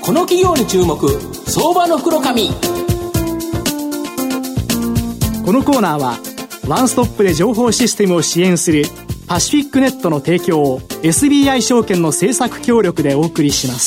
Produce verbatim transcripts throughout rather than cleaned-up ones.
この企業に注目、相場の袋紙。 このコーナーはワンストップで情報システムを支援するパシフィックネットの提供を エスビーアイ 証券の政策協力でお送りします。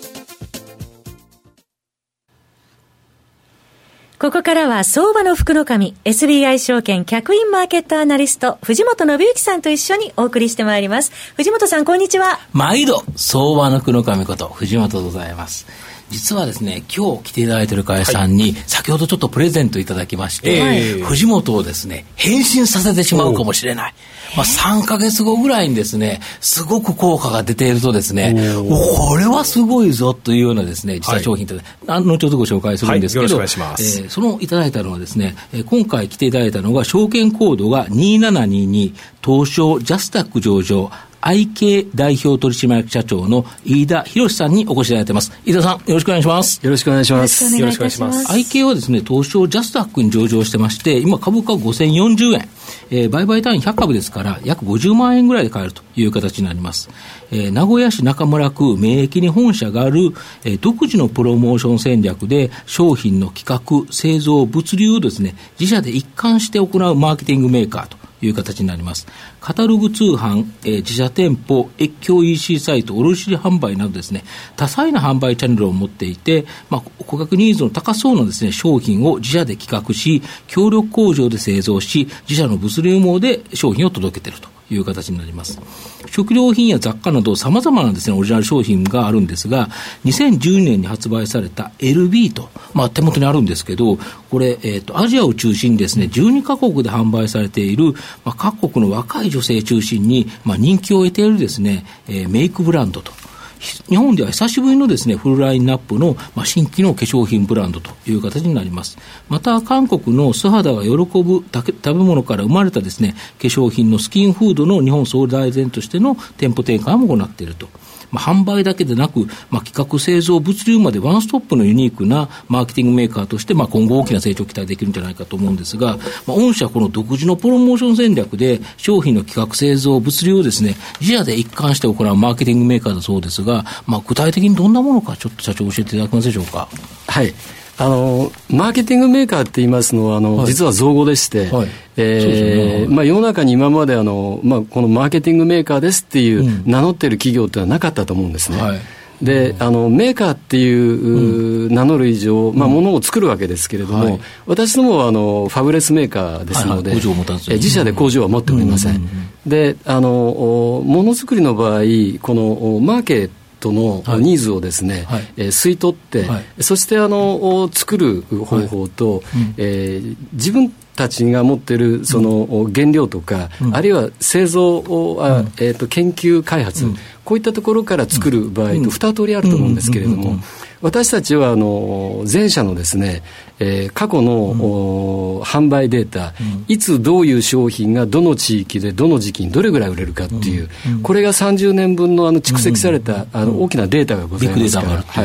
ここからは相場の福の神 エスビーアイ 証券客員マーケットアナリスト藤本信之さんと一緒にお送りしてまいります。藤本さん、こんにちは。 毎度相場の福の神こと藤本でございます。実はですね、今日来ていただいている会社さんに、はい、先ほどちょっとプレゼントいただきまして、えー、藤本をですね変身させてしまうかもしれない。まあ、さんかげつごぐらいにですねすごく効果が出ているとですね、これはすごいぞというようなですね実は商品と、はい、後ほどご紹介するんですけど、はい、よろしくお願いします。えー、そのいただいたのはですね、えー、今回来ていただいたのが証券コードがにななにに東証ジャスタック上場アイケー 代表取締役社長の飯田博さんにお越しいただいています。飯田さん、よろしくお願いします。 よろしくお願いします。 よろしくお願いします。 アイケー はですね、東証ジャスタックに上場してまして、今株価ごせんよんじゅうえん、えー、売買単位ひゃくかぶですから約ごじゅうまんえんぐらいで買えるという形になります。えー、名古屋市中村区名駅に本社がある、えー、独自のプロモーション戦略で商品の企画、製造、物流をですね自社で一貫して行うマーケティングメーカーという形になります。カタログ通販、えー、自社店舗、越境 イーシー サイト、卸売販売などですね、多彩な販売チャンネルを持っていて、まあ、顧客ニーズの高そうなですね、商品を自社で企画し、協力工場で製造し、自社の物流網で商品を届けているという形になります。食料品や雑貨など様々なですね、オリジナル商品があるんですが、にせんじゅうねんに発売された エルビー と、まあ、手元にあるんですけど、これ、えっと、アジアを中心にですね、じゅうにかこくで販売されている、まあ、各国の若い女性中心に、まあ、人気を得ているですね、えー、メイクブランドと、日本では久しぶりのですねフルラインナップの、まあ、新規の化粧品ブランドという形になります。また韓国の素肌が喜ぶ食べ物から生まれたですね化粧品のスキンフードの日本総代理店としての店舗展開も行っていると。まあ、販売だけでなく、まあ、企画製造物流までワンストップのユニークなマーケティングメーカーとして、まあ、今後大きな成長を期待できるんじゃないかと思うんですが、まあ、御社はこの独自のプロモーション戦略で商品の企画製造物流をですね自社で一貫して行うマーケティングメーカーだそうですが、まあ、具体的にどんなものかちょっと社長教えていただけますでしょうか。 はい、あのマーケティングメーカーって言いますのはあの、はい、実は造語でして、はい、えーね、まあ、世の中に今まであの、まあ、このマーケティングメーカーですっていう名乗っている企業ってのはなかったと思うんですね。はい、であのメーカーっていう、うん、名乗る以上、まあ、物を作るわけですけれども、はい、私どもはあのファブレスメーカーですので、はいはい、工場を持たんですよね。自社で工場は持っておりません。うんうんうん、であのものづくりの場合このマーケットのニーズをですね、はい、えー、吸い取って、はい、そしてあの作る方法と、はい、うん、えー、自分たちが持っているその原料とか、うん、あるいは製造を、うん、えー、と研究開発、うん、こういったところから作る場合と二通りあると思うんですけれども、私たちはあの前者のですね、えー、過去の、うん、販売データ、うん、いつどういう商品がどの地域でどの時期にどれぐらい売れるかっていう、うん、これがさんじゅうねんぶんの、あの蓄積された、うん、あの大きなデータがございますから、はい、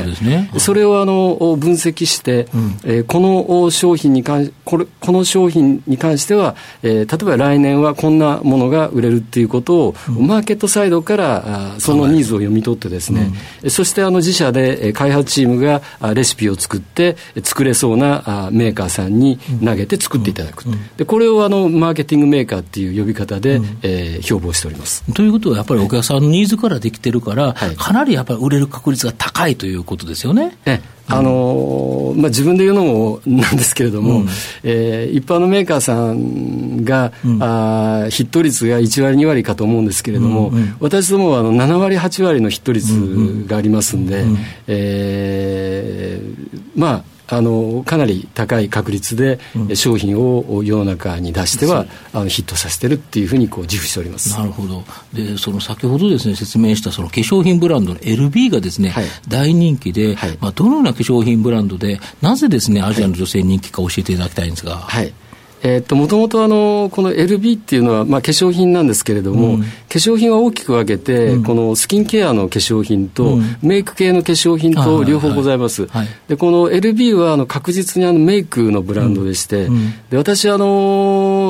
それをあの分析して、うん、えー、この商品に関これこの商品に関しては、えー、例えば来年はこんなものが売れるっていうことを、うん、マーケットサイドからあそのニーズを読み取ってですね、うん、そしてあの自社で開発チームがレシピを作って作れそうなメーカーさんに投げて作っていただく、うんうん、でこれをあのマーケティングメーカーっていう呼び方で、うん、えー、標榜しております。 ということはやっぱりお客さんのニーズからできてるから、はい、かなりやっぱり売れる確率が高いということですよね。 えあのまあ、自分で言うのもなんですけれども、うん、えー、一般のメーカーさんが、うん、あヒット率がいちわりにわりかと思うんですけれども、うんうん、私どもはあのななわりはちわりのヒット率がありますんで、うんうん、えー、まああのかなり高い確率で商品を世の中に出しては、うん、あのヒットさせてるっていうふうにこう自負しております。 なるほど。でその先ほどですね説明したその化粧品ブランドの エルビー がですね、はい、大人気で、はい、まあ、どのような化粧品ブランドでなぜですねアジアの女性に人気か教えていただきたいんですが。 はい、えー、っともともとあのこの エルビー っていうのは、まあ、化粧品なんですけれども、うん、化粧品は大きく分けて、うん、このスキンケアの化粧品と、うん、メイク系の化粧品と両方ございます。はいはいはい、でこの エルビー はあの確実にあのメイクのブランドでして、うん、で私あの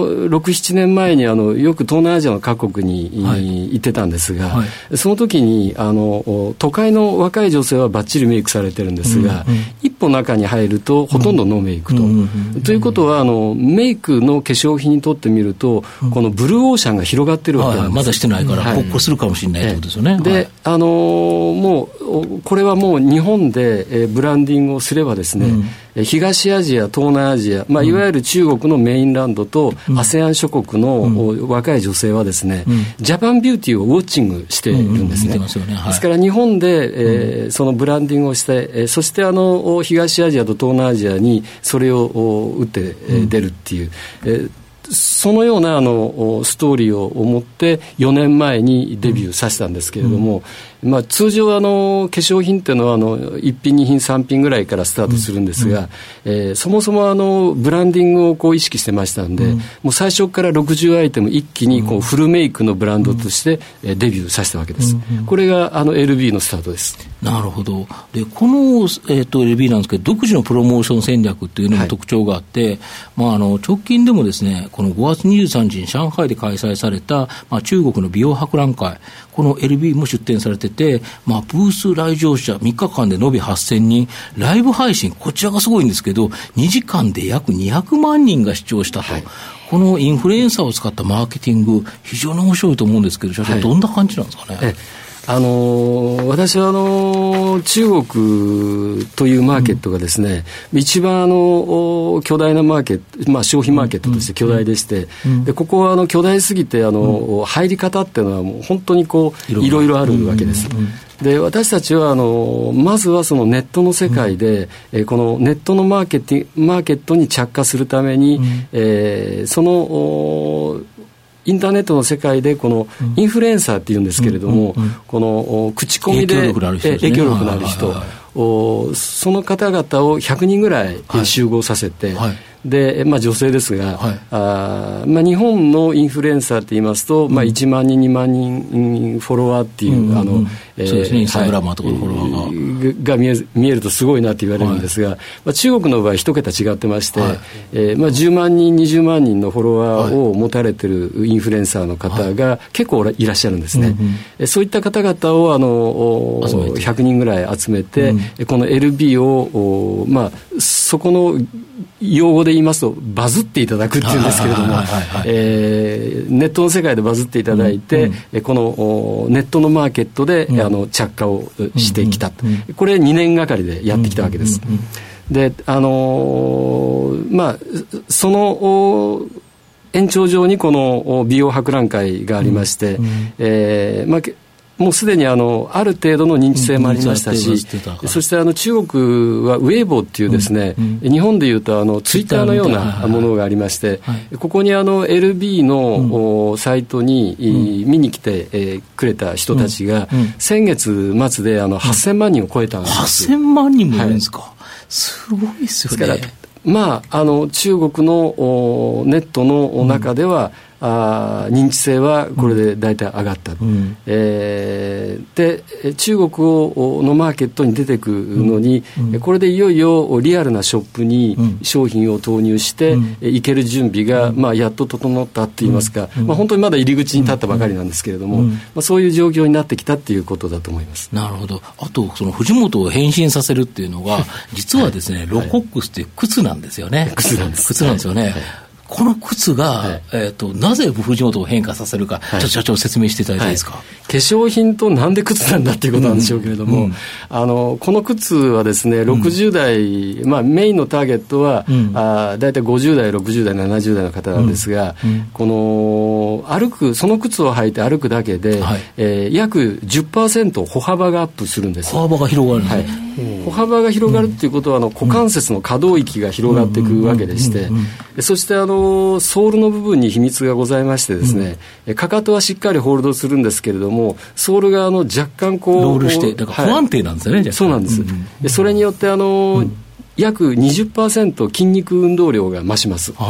のろく、ななねんまえにあのよく東南アジアの各国に、はい、行ってたんですが、はい、その時にあの都会の若い女性はバッチリメイクされてるんですが、うんうん、一歩中に入るとほとんどノーメイクと、うんうん、ということはあのメイクの化粧品にとってみると、うん、このブルーオーシャンが広がってるわけなんです、はい、 まだしてないから、はい、ほっこするかもしれないということですよね。 で、 はい、 あのもうこれはもう日本で、えー、ブランディングをすればですね、うん、東アジア、東南アジア、まあ、いわゆる中国のメインランドと アセアン 諸国の、うん、若い女性はですね、うん、ジャパンビューティーをウォッチングしているんですね。うんうん、見てますよね。はい、ですから日本で、えーうん、そのブランディングをして、えー、そしてあの東アジアと東南アジアにそれを打って、えー、出るっていう、えーそのようなあのストーリーを持ってよねんまえにデビューさせたんですけれども、うんまあ、通常あの化粧品っていうのはあのいっ品に品さん品ぐらいからスタートするんですが、うんえー、そもそもあのブランディングをこう意識してましたんで、うん、もう最初からろくじゅうアイテム一気にこうフルメイクのブランドとしてデビューさせたわけです、うんうん、これがあの エルビー のスタートです。 なるほど。でこの、えー、と エルビー なんですけど、独自のプロモーション戦略っていうのも特徴があって、はいまあ、あの直近でもですね、このごがつにじゅうさんにちに上海で開催された、まあ、中国の美容博覧会、この エルビー も出展されてて、まあ、ブース来場者みっかかんで延べはっせんにん、ライブ配信、こちらがすごいんですけど、にじかんで約にひゃくまんにんが視聴したと、はい、このインフルエンサーを使ったマーケティング、非常に面白いと思うんですけど、社長、はい、どんな感じなんですかね。えあのー、私はあのー、中国というマーケットがですね、うん、一番あの巨大なマーケット、まあ、消費マーケットとして巨大でして、うん、でここはあの巨大すぎてあの、うん、入り方っていうのはもう本当にこういろいろあるわけです、うんうんうんで私たちはあのまずはそのネットの世界で、うんえー、このネットのマーケティマーケットに着火するために、うんえー、そのインターネットの世界でこのインフルエンサーっていうんですけれども、うんうんうん、この口コミで影響力のある人、ね、影響力のある人、はいはいはい、おその方々をひゃくにんぐらい集合させて、はいはいでまあ、女性ですが、はいあまあ、日本のインフルエンサーって言いますと、うんまあ、いちまんにんにまんにんフォロワーっていう、うんうんうん、あのえー、そうですね、インスタグラマーとかのフォロワーが、が見え、見えるとすごいなって言われるんですが、はいまあ、中国の場合一桁違ってまして、はいえーまあ、じゅうまんにんにじゅうまんにんのフォロワーを持たれてるインフルエンサーの方が結構いらっしゃるんですね、はいうんうん、そういった方々をあのひゃくにんぐらい集めて、うん、この エルビー を、まあ、そこの用語で言いますとバズっていただくっていうんですけれどもネットの世界でバズっていただいて、うんうん、このネットのマーケットで、うん、あの着火をしてきた、うんうんうん、これにねんがかりでやってきたわけです、うんうんうん、であのー、まあその延長上にこの美容博覧会がありまして、うんうんえーまあもうすでにあのある程度の認知性もありましたし、うん、そしてあの中国はウェイボーっていうですね、うんうん、日本でいうとあのツイッターのようなものがありまして、はい、ここにあの エルビー の、うん、サイトに、うん、見に来て、えー、くれた人たちが、うんうん、先月末であのはっせんまんにんを超えたんです。 はっせんまんにんもいるんですか、はい、すごいですよね。 ですからまあ、あの中国のネットの中では、うんあ認知性はこれで大体上がった、うんえー、で中国をのマーケットに出てくるのに、うん、これでいよいよリアルなショップに商品を投入して、うん、行ける準備が、まあ、やっと整ったといいますか、うんまあ、本当にまだ入り口に立ったばかりなんですけれども、うんまあ、そういう状況になってきたということだと思います。 なるほど。あとその藤本を変身させるっていうのが実はですね、はい、ロコックスっていう靴なんですよね、はい、 靴なんです靴なんですよね、はいはいこの靴が、はいえー、となぜ藤本を変化させるか、はい、ちょっと社長説明していただいていいですか。はい、 化粧品となんで靴なんだっていうことなんでしょうけれども、うんうん、あのこの靴はですねろくじゅう代、うんまあ、メインのターゲットは、うん、あだいたいごじゅう代ろくじゅう代ななじゅう代の方なんですが、うんうん、この歩くその靴を履いて歩くだけで、はいえー、約 じゅっパーセント 歩幅がアップするんです。 歩幅が広がるんですね、 はい歩幅が広がるっていうことはあの股関節の可動域が広がっていくわけでしてそしてあのソールの部分に秘密がございましてですね、うん、かかとはしっかりホールドするんですけれどもソールがあの若干こうロールしてだから不安定なんですよね、はい、 そうなんです、うんうん、でそれによってあの、うん、約 にじゅっパーセント 筋肉運動量が増します、はい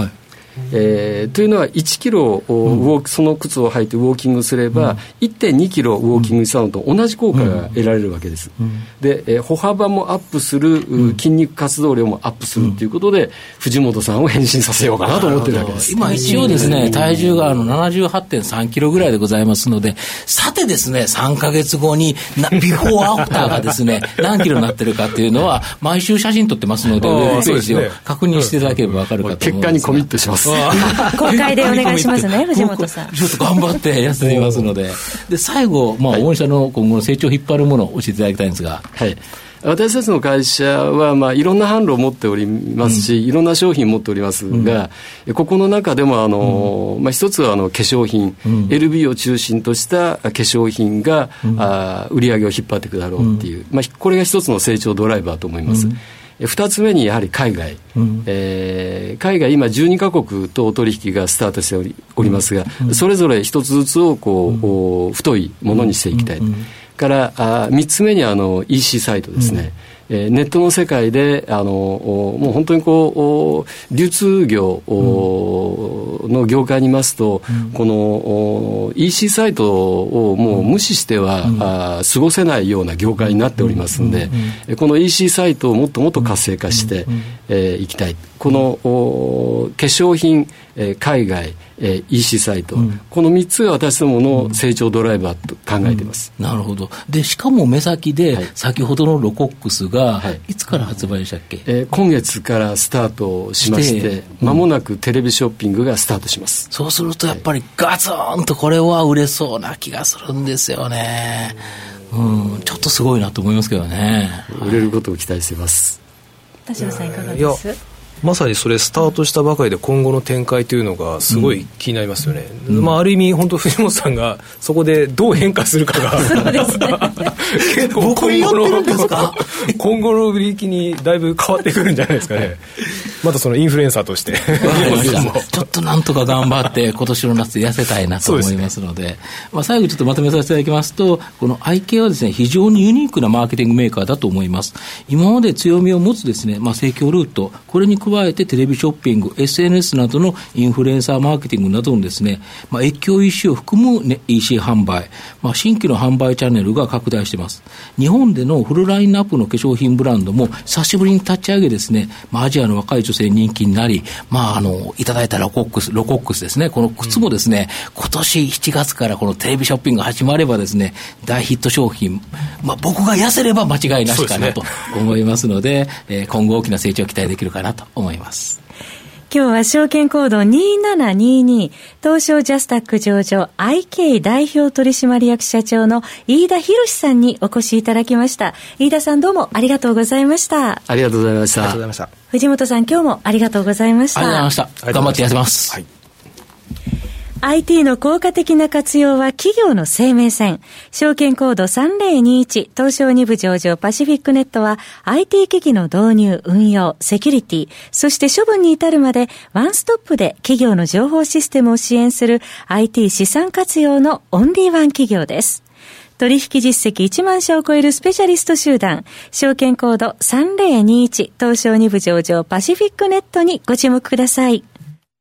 えー、というのはいちキロをウォーク、その靴を履いてウォーキングすれば、うん、いってんにキロウォーキングしたのと同じ効果が得られるわけです、うん、で、えー、歩幅もアップする、うん、筋肉活動量もアップするということで、うん、藤本さんを変身させようかなと思ってるわけです。 今一応ですね、体重があの ななじゅうはちてんさんキロぐらいでございますので、さてですね、さんかげつごにビフォーアフターがですね何キロになってるかっていうのは毎週写真撮ってますので、ウェブページを確認していただければ分かるかと思います。 結果にコミットします。 公開でお願いしますね、藤本さん。 ちょっと頑張ってやってみますので、で最後、まあ、御社の今後の成長を引っ張るものを教えていただきたいんですが。 はい、私たちの会社は、まあ、いろんな販路を持っておりますし、うん、いろんな商品を持っておりますが、うん、ここの中でもあの、うんまあ、一つはあの化粧品、うん、エルビー を中心とした化粧品が、うん、あ売り上げを引っ張っていくだろうっていう、うんまあ、これが一つの成長ドライバーと思います。うん二つ目にやはり海外、うんえー、海外今じゅうにカ国とお取引がスタートしており、おりますが、うん、それぞれ一つずつをこう、うん、太いものにしていきたい、うん、からあみっつめにあの イーシー サイトですね、うんえー、ネットの世界であのもう本当にこう流通業の業界にいますと、うん、この イーシー サイトをもう無視しては、うん、あ過ごせないような業界になっておりますので、うん、この イーシー サイトをもっともっと活性化してい、うんえー、きたい。この化粧品、えー、海外、えー、イーシー サイト、うん、このみっつが私どもの成長ドライバーと考えています、 うんうん、なるほど。でしかも目先で、はい、先ほどのロコックスが、はい、いつから発売でしたっけ？ えー、今月からスタートしまして間もなくテレビショッピングがスタートします。 そうするとやっぱりガツンとこれは売れそうな気がするんですよね、うん、ちょっとすごいなと思いますけどね。 売れることを期待しています。 田代さんいかがです？ まさにそれスタートしたばかりで今後の展開というのがすごい気になりますよね、うんまあ、ある意味本当藤本さんがそこでどう変化するかがそうですね結構今後の今後の売り行きにだいぶ変わってくるんじゃないですかね。またそのインフルエンサーとしてちょっとなんとか頑張って今年の夏痩せたいなと思いますの で, で、ねまあ、最後ちょっとまとめさせていただきますと、このアイケーはですね非常にユニークなマーケティングメーカーだと思います。今まで強みを持つですね、まあ、盛況ルート、これに加えてテレビショッピング、 エスエヌエス などのインフルエンサーマーケティングなどのですね、まあ、越境 イーシー を含む、ね、イーシー 販売、まあ、新規の販売チャンネルが拡大しています。日本でのフルラインナップの化粧品ブランドも久しぶりに立ち上げですね、まあ、アジアの若い女性に人気になり、まあ、あのいただいたロコックスロコックスですね、この靴もですね、うん、今年しちがつからこのテレビショッピングが始まればですね大ヒット商品、まあ、僕が痩せれば間違いなしかなと思いますので、えー、今後大きな成長を期待できるかなと思います。 今日は証券コードにーななにーに東証ジャスタック上場 アイケー 代表取締役社長の飯田博さんにお越しいただきました。飯田さんどうもありがとうございました。 ありがとうございました。 ありがとうございました。 藤本さん今日もありがとうございました。 ありがとうございました。頑張ってやってます、はい。 アイティー の効果的な活用は企業の生命線。証券コードさんぜろにいち東証に部上場パシフィックネットは アイティー 機器の導入、運用、セキュリティ、そして処分に至るまでワンストップで企業の情報システムを支援する アイティー 資産活用のオンリーワン企業です。取引実績いちまんしゃを超えるスペシャリスト集団、証券コードさんぜろにいち東証に部上場パシフィックネットにご注目ください。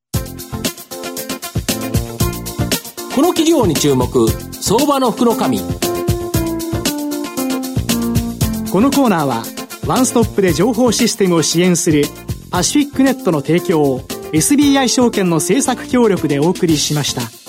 この企業に注目、相場の福の神。 このコーナーはワンストップで情報システムを支援するパシフィックネットの提供を エスビーアイ 証券の政策協力でお送りしました。